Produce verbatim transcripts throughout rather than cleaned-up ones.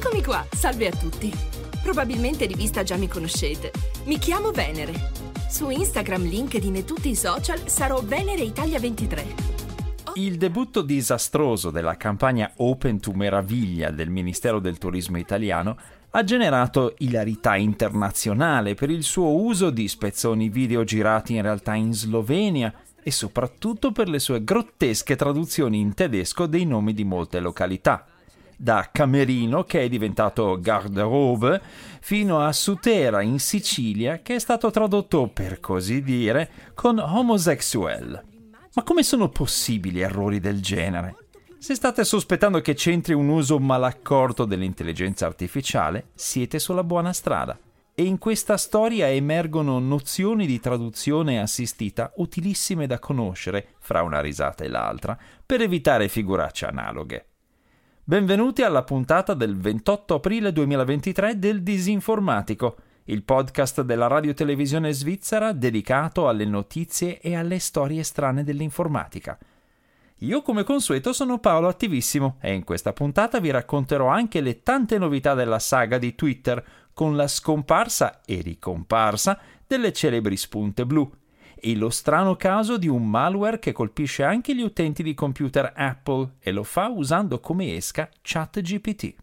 Eccomi qua, salve a tutti. Probabilmente di vista già mi conoscete. Mi chiamo Venere. Su Instagram, LinkedIn e tutti i social sarò Venere Italia ventitré. Il debutto disastroso della campagna Open to Meraviglia del Ministero del Turismo italiano ha generato ilarità internazionale per il suo uso di spezzoni video girati in realtà in Slovenia e soprattutto per le sue grottesche traduzioni in tedesco dei nomi di molte località. Da Camerino, che è diventato Garderobe, fino a Sutera in Sicilia, che è stato tradotto, per così dire, con homosexuel. Ma come sono possibili errori del genere? Se state sospettando che c'entri un uso malaccorto dell'intelligenza artificiale, siete sulla buona strada. E in questa storia emergono nozioni di traduzione assistita utilissime da conoscere, fra una risata e l'altra, per evitare figuracce analoghe. Benvenuti alla puntata del ventotto aprile duemilaventitré del Disinformatico, il podcast della radiotelevisione svizzera dedicato alle notizie e alle storie strane dell'informatica. Io come consueto sono Paolo Attivissimo e in questa puntata vi racconterò anche le tante novità della saga di Twitter con la scomparsa e ricomparsa delle celebri spunte blu e lo strano caso di un malware che colpisce anche gli utenti di computer Apple e lo fa usando come esca ChatGPT.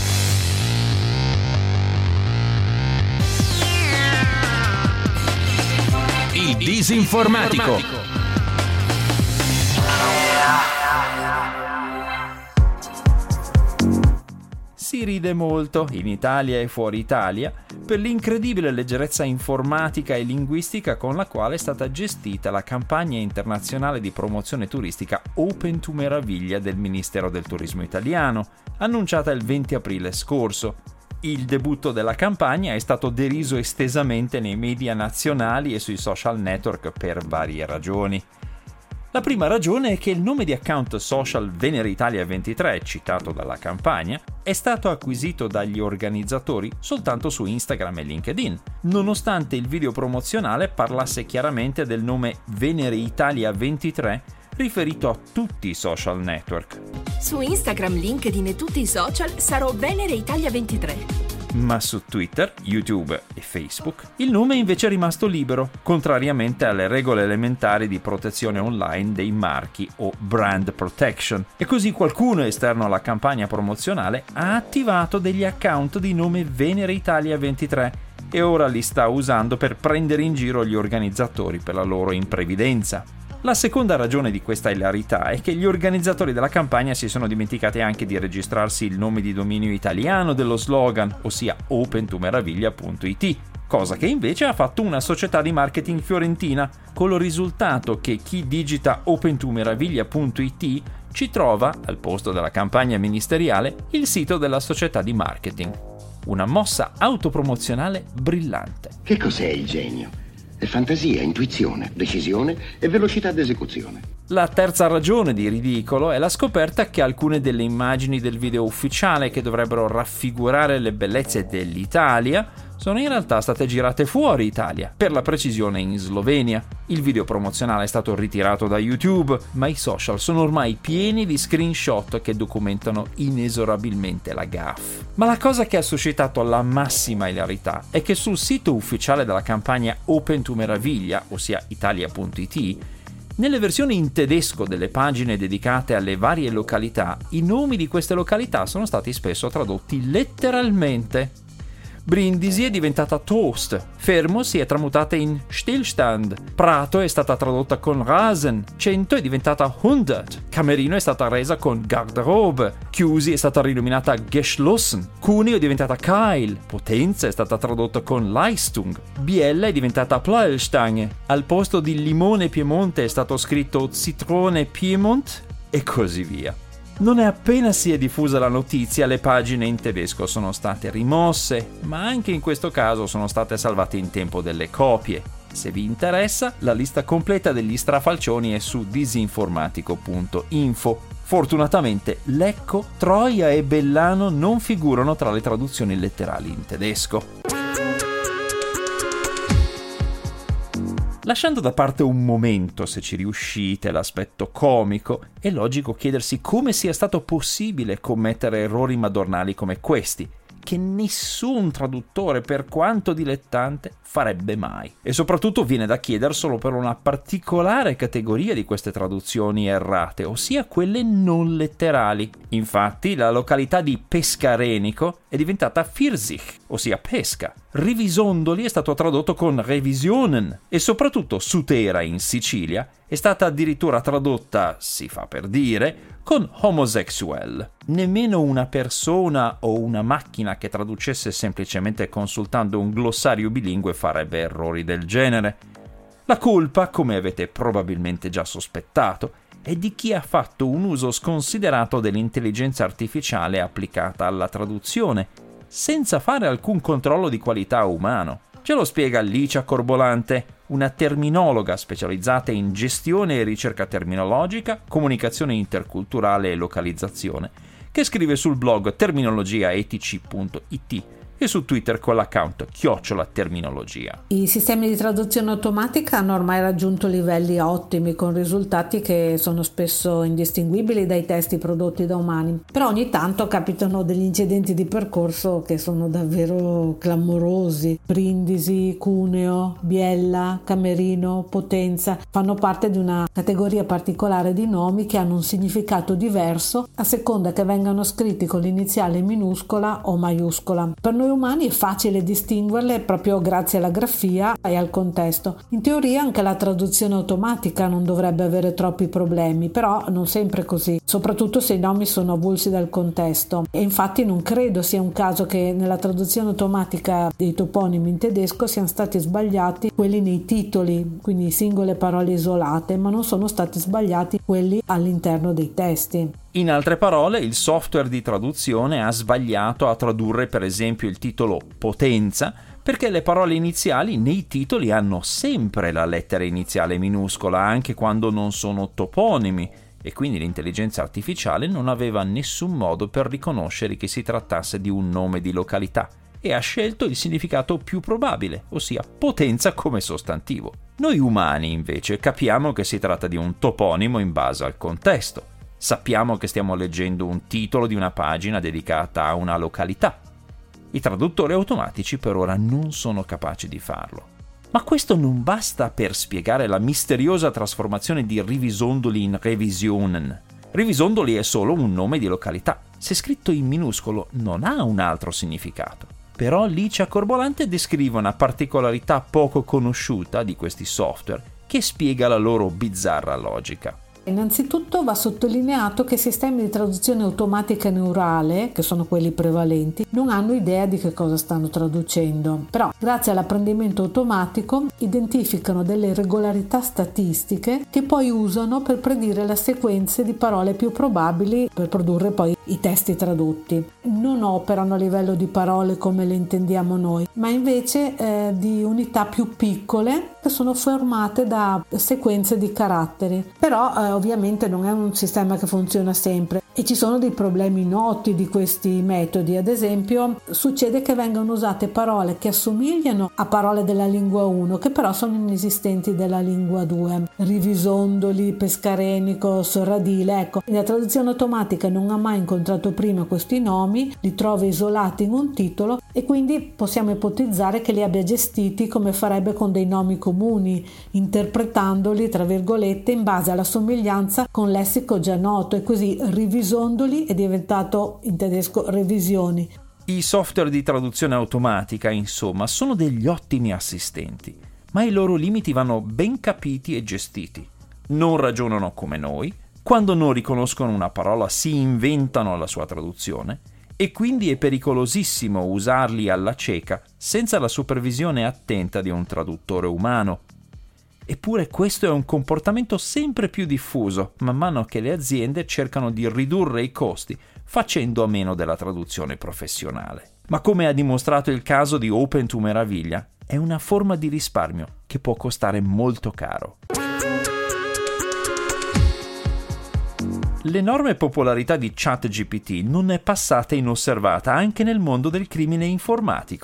Il Disinformatico. Si ride molto, in Italia e fuori Italia, per l'incredibile leggerezza informatica e linguistica con la quale è stata gestita la campagna internazionale di promozione turistica Open to Meraviglia del Ministero del Turismo italiano, annunciata il venti aprile scorso. Il debutto della campagna è stato deriso estesamente nei media nazionali e sui social network per varie ragioni. La prima ragione è che il nome di account social Venere Italia ventitré, citato dalla campagna, è stato acquisito dagli organizzatori soltanto su Instagram e LinkedIn, nonostante il video promozionale parlasse chiaramente del nome Venere Italia ventitré riferito a tutti i social network. Su Instagram, LinkedIn e tutti i social sarò Venere Italia ventitré. Ma su Twitter, YouTube e Facebook il nome è invece rimasto libero, contrariamente alle regole elementari di protezione online dei marchi o brand protection. E così qualcuno esterno alla campagna promozionale ha attivato degli account di nome Venere Italia ventitré e ora li sta usando per prendere in giro gli organizzatori per la loro imprevidenza. La seconda ragione di questa ilarità è che gli organizzatori della campagna si sono dimenticati anche di registrarsi il nome di dominio italiano dello slogan, ossia open to meraviglia punto it, cosa che invece ha fatto una società di marketing fiorentina, con il risultato che chi digita open to meraviglia punto it ci trova, al posto della campagna ministeriale, il sito della società di marketing. Una mossa autopromozionale brillante. Che cos'è il genio? È fantasia, intuizione, decisione e velocità d'esecuzione. La terza ragione di ridicolo è la scoperta che alcune delle immagini del video ufficiale che dovrebbero raffigurare le bellezze dell'Italia sono in realtà state girate fuori Italia, per la precisione in Slovenia. Il video promozionale è stato ritirato da YouTube, ma i social sono ormai pieni di screenshot che documentano inesorabilmente la gaffe. Ma la cosa che ha suscitato la massima ilarità è che sul sito ufficiale della campagna Open to Meraviglia, ossia italia punto it, nelle versioni in tedesco delle pagine dedicate alle varie località, i nomi di queste località sono stati spesso tradotti letteralmente. Brindisi è diventata Toast, Fermo si è tramutata in Stillstand, Prato è stata tradotta con Rasen, cento è diventata hundert, Camerino è stata resa con Garderobe, Chiusi è stata rinominata Geschlossen, Cuneo è diventata Keil, Potenza è stata tradotta con Leistung, Biella è diventata Plöelstange, al posto di Limone Piemonte è stato scritto Zitrone Piemont e così via. Non è appena si è diffusa la notizia, le pagine in tedesco sono state rimosse, ma anche in questo caso sono state salvate in tempo delle copie. Se vi interessa, la lista completa degli strafalcioni è su disinformatico punto info. Fortunatamente Lecco, Troia e Bellano non figurano tra le traduzioni letterali in tedesco. Lasciando da parte un momento, se ci riuscite, l'aspetto comico, è logico chiedersi come sia stato possibile commettere errori madornali come questi, che nessun traduttore, per quanto dilettante, farebbe mai. E soprattutto viene da chiederselo per una particolare categoria di queste traduzioni errate, ossia quelle non letterali. Infatti, la località di Pescarenico è diventata Pfirsich, ossia pesca. Rivisondoli è stato tradotto con Revisionen e soprattutto Sutera in Sicilia è stata addirittura tradotta, si fa per dire, con homosexual. Nemmeno una persona o una macchina che traducesse semplicemente consultando un glossario bilingue farebbe errori del genere. La colpa, come avete probabilmente già sospettato, è di chi ha fatto un uso sconsiderato dell'intelligenza artificiale applicata alla traduzione, senza fare alcun controllo di qualità umano. Ce lo spiega Licia Corbolante, una terminologa specializzata in gestione e ricerca terminologica, comunicazione interculturale e localizzazione, che scrive sul blog terminologiaetici punto it e su Twitter con l'account chiocciola terminologia. I sistemi di traduzione automatica hanno ormai raggiunto livelli ottimi, con risultati che sono spesso indistinguibili dai testi prodotti da umani, però ogni tanto capitano degli incidenti di percorso che sono davvero clamorosi. Brindisi, Cuneo, Biella, Camerino, Potenza fanno parte di una categoria particolare di nomi che hanno un significato diverso a seconda che vengano scritti con l'iniziale minuscola o maiuscola. Per noi umani è facile distinguerle proprio grazie alla grafia e al contesto. In teoria anche la traduzione automatica non dovrebbe avere troppi problemi, però non sempre è così, soprattutto se i nomi sono avulsi dal contesto. E infatti non credo sia un caso che nella traduzione automatica dei toponimi in tedesco siano stati sbagliati quelli nei titoli, quindi singole parole isolate, ma non sono stati sbagliati quelli all'interno dei testi. In altre parole, il software di traduzione ha sbagliato a tradurre per esempio il titolo Potenza, perché le parole iniziali nei titoli hanno sempre la lettera iniziale minuscola, anche quando non sono toponimi, e quindi l'intelligenza artificiale non aveva nessun modo per riconoscere che si trattasse di un nome di località, e ha scelto il significato più probabile, ossia Potenza come sostantivo. Noi umani, invece, capiamo che si tratta di un toponimo in base al contesto. Sappiamo che stiamo leggendo un titolo di una pagina dedicata a una località. I traduttori automatici per ora non sono capaci di farlo. Ma questo non basta per spiegare la misteriosa trasformazione di Rivisondoli in Revisionen. Rivisondoli è solo un nome di località. Se scritto in minuscolo non ha un altro significato. Però Licia Corbolante descrive una particolarità poco conosciuta di questi software che spiega la loro bizzarra logica. Innanzitutto va sottolineato che i sistemi di traduzione automatica neurale, che sono quelli prevalenti, non hanno idea di che cosa stanno traducendo, però grazie all'apprendimento automatico identificano delle irregolarità statistiche che poi usano per predire le sequenze di parole più probabili per produrre poi i testi tradotti. Non operano a livello di parole come le intendiamo noi, ma invece eh, di unità più piccole che sono formate da sequenze di caratteri. Però eh, ovviamente non è un sistema che funziona sempre e ci sono dei problemi noti di questi metodi. Ad esempio, succede che vengano usate parole che assomigliano a parole della lingua uno, che però sono inesistenti della lingua due. Rivisondoli, Pescarenico, Sorradile, ecco. La traduzione automatica non ha mai incontrato prima questi nomi, li trova isolati in un titolo e quindi possiamo ipotizzare che li abbia gestiti come farebbe con dei nomi comuni, interpretandoli tra virgolette in base alla somiglianza con lessico già noto, e così Rivisondoli è diventato in tedesco revisioni. I software di traduzione automatica, insomma, sono degli ottimi assistenti, ma i loro limiti vanno ben capiti e gestiti. Non ragionano come noi, quando non riconoscono una parola si inventano la sua traduzione, e quindi è pericolosissimo usarli alla cieca senza la supervisione attenta di un traduttore umano. Eppure questo è un comportamento sempre più diffuso, man mano che le aziende cercano di ridurre i costi facendo a meno della traduzione professionale. Ma come ha dimostrato il caso di Open to Meraviglia, è una forma di risparmio che può costare molto caro. L'enorme popolarità di ChatGPT non è passata inosservata anche nel mondo del crimine informatico,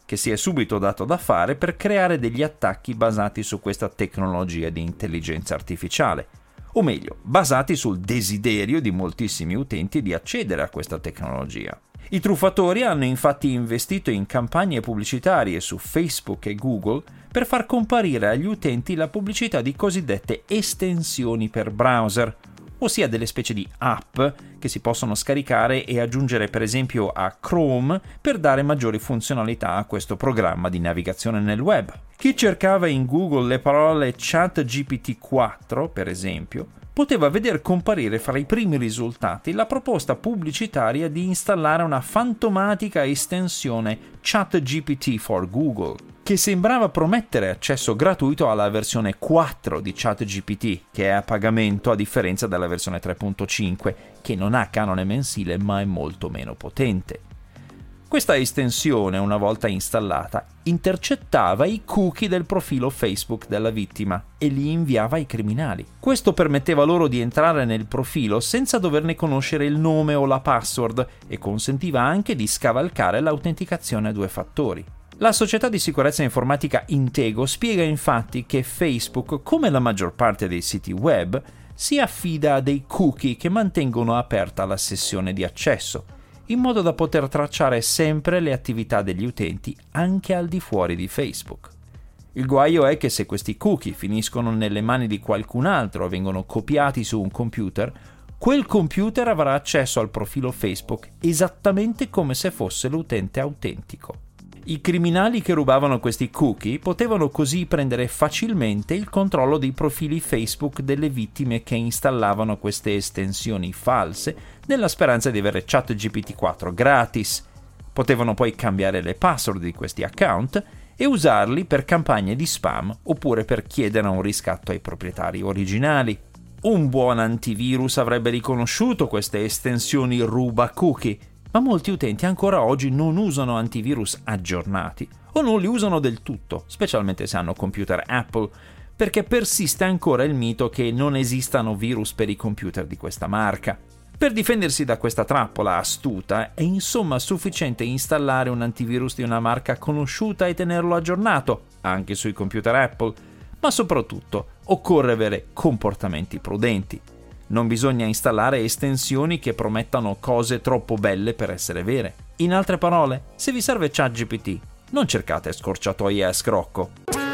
che si è subito dato da fare per creare degli attacchi basati su questa tecnologia di intelligenza artificiale, o meglio, basati sul desiderio di moltissimi utenti di accedere a questa tecnologia. I truffatori hanno infatti investito in campagne pubblicitarie su Facebook e Google per far comparire agli utenti la pubblicità di cosiddette estensioni per browser, ossia delle specie di app che si possono scaricare e aggiungere per esempio a Chrome per dare maggiori funzionalità a questo programma di navigazione nel web. Chi cercava in Google le parole Chat G P T quattro, per esempio, poteva veder comparire fra i primi risultati la proposta pubblicitaria di installare una fantomatica estensione Chat G P T for Google, che sembrava promettere accesso gratuito alla versione quattro di Chat G P T, che è a pagamento a differenza della versione tre punto cinque, che non ha canone mensile ma è molto meno potente. Questa estensione, una volta installata, intercettava i cookie del profilo Facebook della vittima e li inviava ai criminali. Questo permetteva loro di entrare nel profilo senza doverne conoscere il nome o la password e consentiva anche di scavalcare l'autenticazione a due fattori. La società di sicurezza informatica Intego spiega infatti che Facebook, come la maggior parte dei siti web, si affida a dei cookie che mantengono aperta la sessione di accesso, in modo da poter tracciare sempre le attività degli utenti anche al di fuori di Facebook. Il guaio è che se questi cookie finiscono nelle mani di qualcun altro o vengono copiati su un computer, quel computer avrà accesso al profilo Facebook esattamente come se fosse l'utente autentico. I criminali che rubavano questi cookie potevano così prendere facilmente il controllo dei profili Facebook delle vittime che installavano queste estensioni false nella speranza di avere Chat G P T quattro gratis. Potevano poi cambiare le password di questi account e usarli per campagne di spam oppure per chiedere un riscatto ai proprietari originali. Un buon antivirus avrebbe riconosciuto queste estensioni ruba cookie, ma molti utenti ancora oggi non usano antivirus aggiornati o non li usano del tutto, specialmente se hanno computer Apple, perché persiste ancora il mito che non esistano virus per i computer di questa marca. Per difendersi da questa trappola astuta è insomma sufficiente installare un antivirus di una marca conosciuta e tenerlo aggiornato, anche sui computer Apple, ma soprattutto occorre avere comportamenti prudenti. Non bisogna installare estensioni che promettano cose troppo belle per essere vere. In altre parole, se vi serve ChatGPT, non cercate scorciatoie a scrocco.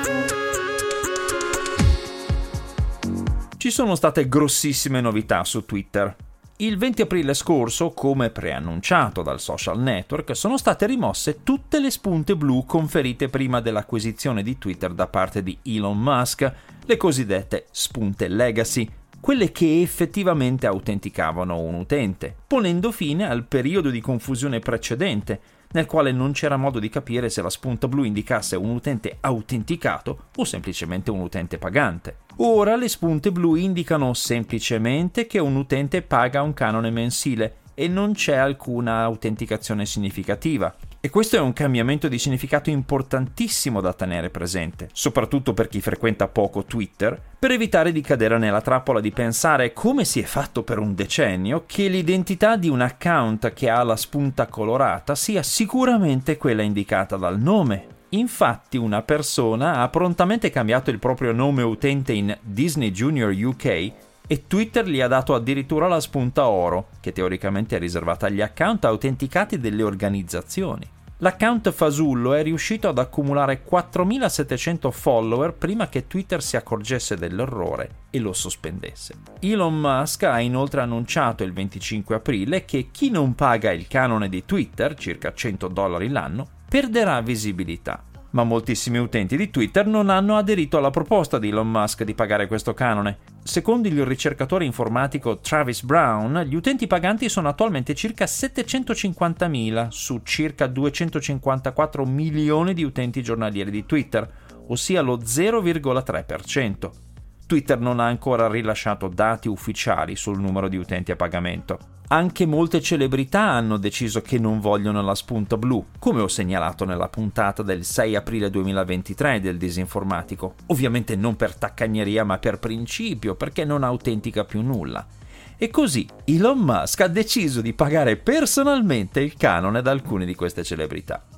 Ci sono state grossissime novità su Twitter. Il venti aprile scorso, come preannunciato dal social network, sono state rimosse tutte le spunte blu conferite prima dell'acquisizione di Twitter da parte di Elon Musk, le cosiddette spunte legacy, quelle che effettivamente autenticavano un utente, ponendo fine al periodo di confusione precedente, nel quale non c'era modo di capire se la spunta blu indicasse un utente autenticato o semplicemente un utente pagante. Ora le spunte blu indicano semplicemente che un utente paga un canone mensile e non c'è alcuna autenticazione significativa. E questo è un cambiamento di significato importantissimo da tenere presente, soprattutto per chi frequenta poco Twitter, per evitare di cadere nella trappola di pensare, come si è fatto per un decennio, che l'identità di un account che ha la spunta colorata sia sicuramente quella indicata dal nome. Infatti una persona ha prontamente cambiato il proprio nome utente in Disney Junior U K e Twitter gli ha dato addirittura la spunta oro, che teoricamente è riservata agli account autenticati delle organizzazioni. L'account fasullo è riuscito ad accumulare quattromilasettecento follower prima che Twitter si accorgesse dell'errore e lo sospendesse. Elon Musk ha inoltre annunciato il venticinque aprile che chi non paga il canone di Twitter, circa cento dollari l'anno, perderà visibilità. Ma moltissimi utenti di Twitter non hanno aderito alla proposta di Elon Musk di pagare questo canone. Secondo il ricercatore informatico Travis Brown, gli utenti paganti sono attualmente circa settecentocinquantamila su circa duecentocinquantaquattro milioni di utenti giornalieri di Twitter, ossia lo zero virgola tre per cento. Twitter non ha ancora rilasciato dati ufficiali sul numero di utenti a pagamento. Anche molte celebrità hanno deciso che non vogliono la spunta blu, come ho segnalato nella puntata del sei aprile duemilaventitré del Disinformatico. Ovviamente non per taccagneria ma per principio, perché non autentica più nulla. E così Elon Musk ha deciso di pagare personalmente il canone ad alcune di queste celebrità.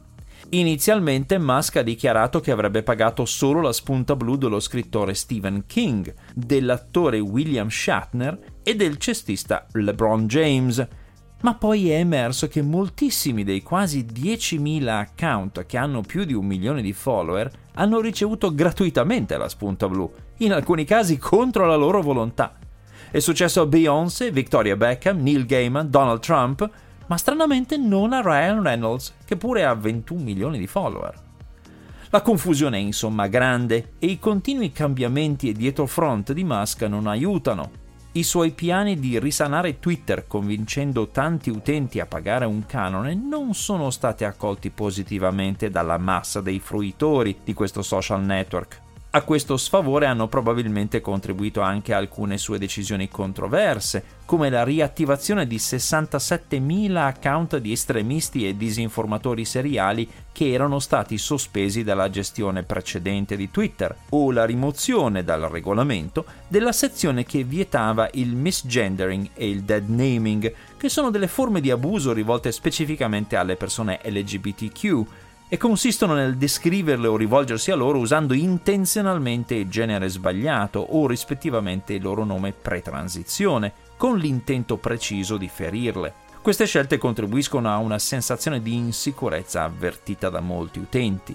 Inizialmente Musk ha dichiarato che avrebbe pagato solo la spunta blu dello scrittore Stephen King, dell'attore William Shatner e del cestista LeBron James, ma poi è emerso che moltissimi dei quasi diecimila account che hanno più di un milione di follower hanno ricevuto gratuitamente la spunta blu, in alcuni casi contro la loro volontà. È successo a Beyoncé, Victoria Beckham, Neil Gaiman, Donald Trump, ma stranamente non a Ryan Reynolds, che pure ha ventuno milioni di follower. La confusione è insomma grande e i continui cambiamenti e dietrofront di Musk non aiutano. I suoi piani di risanare Twitter convincendo tanti utenti a pagare un canone non sono stati accolti positivamente dalla massa dei fruitori di questo social network. A questo sfavore hanno probabilmente contribuito anche alcune sue decisioni controverse, come la riattivazione di sessantasettemila account di estremisti e disinformatori seriali che erano stati sospesi dalla gestione precedente di Twitter, o la rimozione dal regolamento della sezione che vietava il misgendering e il dead naming, che sono delle forme di abuso rivolte specificamente alle persone L G B T Q, e consistono nel descriverle o rivolgersi a loro usando intenzionalmente il genere sbagliato o rispettivamente il loro nome pre-transizione, con l'intento preciso di ferirle. Queste scelte contribuiscono a una sensazione di insicurezza avvertita da molti utenti.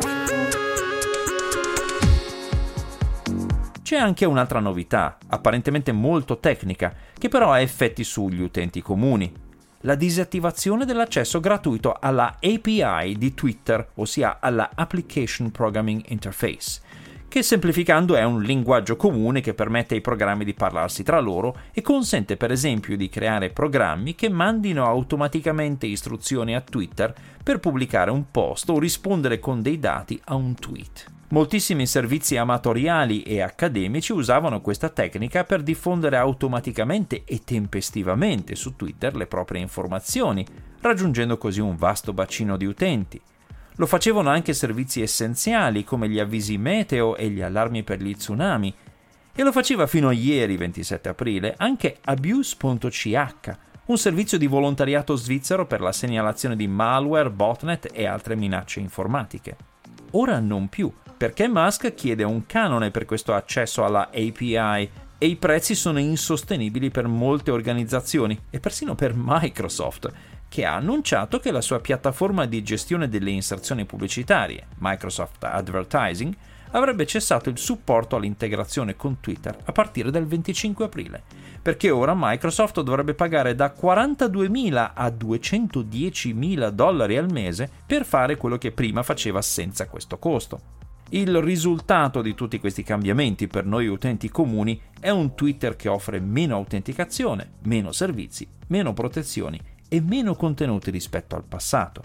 C'è anche un'altra novità, apparentemente molto tecnica, che però ha effetti sugli utenti comuni. La disattivazione dell'accesso gratuito alla A P I di Twitter, ossia alla Application Programming Interface, che semplificando è un linguaggio comune che permette ai programmi di parlarsi tra loro e consente per esempio di creare programmi che mandino automaticamente istruzioni a Twitter per pubblicare un post o rispondere con dei dati a un tweet. Moltissimi servizi amatoriali e accademici usavano questa tecnica per diffondere automaticamente e tempestivamente su Twitter le proprie informazioni, raggiungendo così un vasto bacino di utenti. Lo facevano anche servizi essenziali come gli avvisi meteo e gli allarmi per gli tsunami, e lo faceva fino a ieri, ventisette aprile, anche Abuse punto C H, un servizio di volontariato svizzero per la segnalazione di malware, botnet e altre minacce informatiche. Ora non più, perché Musk chiede un canone per questo accesso alla A P I e i prezzi sono insostenibili per molte organizzazioni e persino per Microsoft, che ha annunciato che la sua piattaforma di gestione delle inserzioni pubblicitarie, Microsoft Advertising, avrebbe cessato il supporto all'integrazione con Twitter a partire dal venticinque aprile, perché ora Microsoft dovrebbe pagare da quarantaduemila a duecentodiecimila dollari al mese per fare quello che prima faceva senza questo costo. Il risultato di tutti questi cambiamenti per noi utenti comuni è un Twitter che offre meno autenticazione, meno servizi, meno protezioni e meno contenuti rispetto al passato.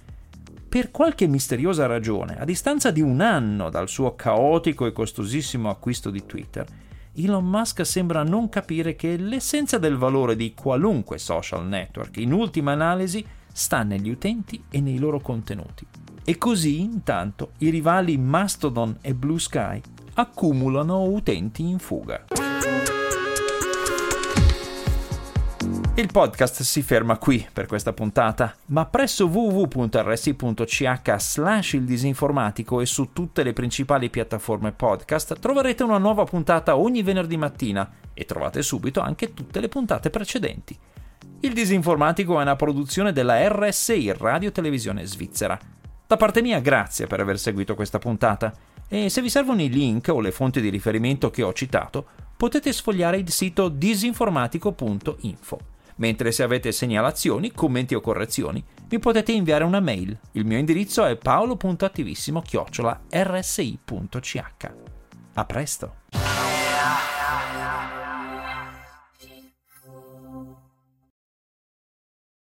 Per qualche misteriosa ragione, a distanza di un anno dal suo caotico e costosissimo acquisto di Twitter, Elon Musk sembra non capire che l'essenza del valore di qualunque social network, in ultima analisi, sta negli utenti e nei loro contenuti. E così, intanto, i rivali Mastodon e Blue Sky accumulano utenti in fuga. Il podcast si ferma qui per questa puntata, ma presso w w w punto r s i punto c h slash il disinformatico e su tutte le principali piattaforme podcast troverete una nuova puntata ogni venerdì mattina e trovate subito anche tutte le puntate precedenti. Il disinformatico è una produzione della R S I, Radio Televisione Svizzera. Da parte mia, grazie per aver seguito questa puntata e se vi servono i link o le fonti di riferimento che ho citato, potete sfogliare il sito disinformatico punto info. Mentre se avete segnalazioni, commenti o correzioni, mi potete inviare una mail. Il mio indirizzo è paolo punto attivissimo chiocciola r s i punto c h. A presto!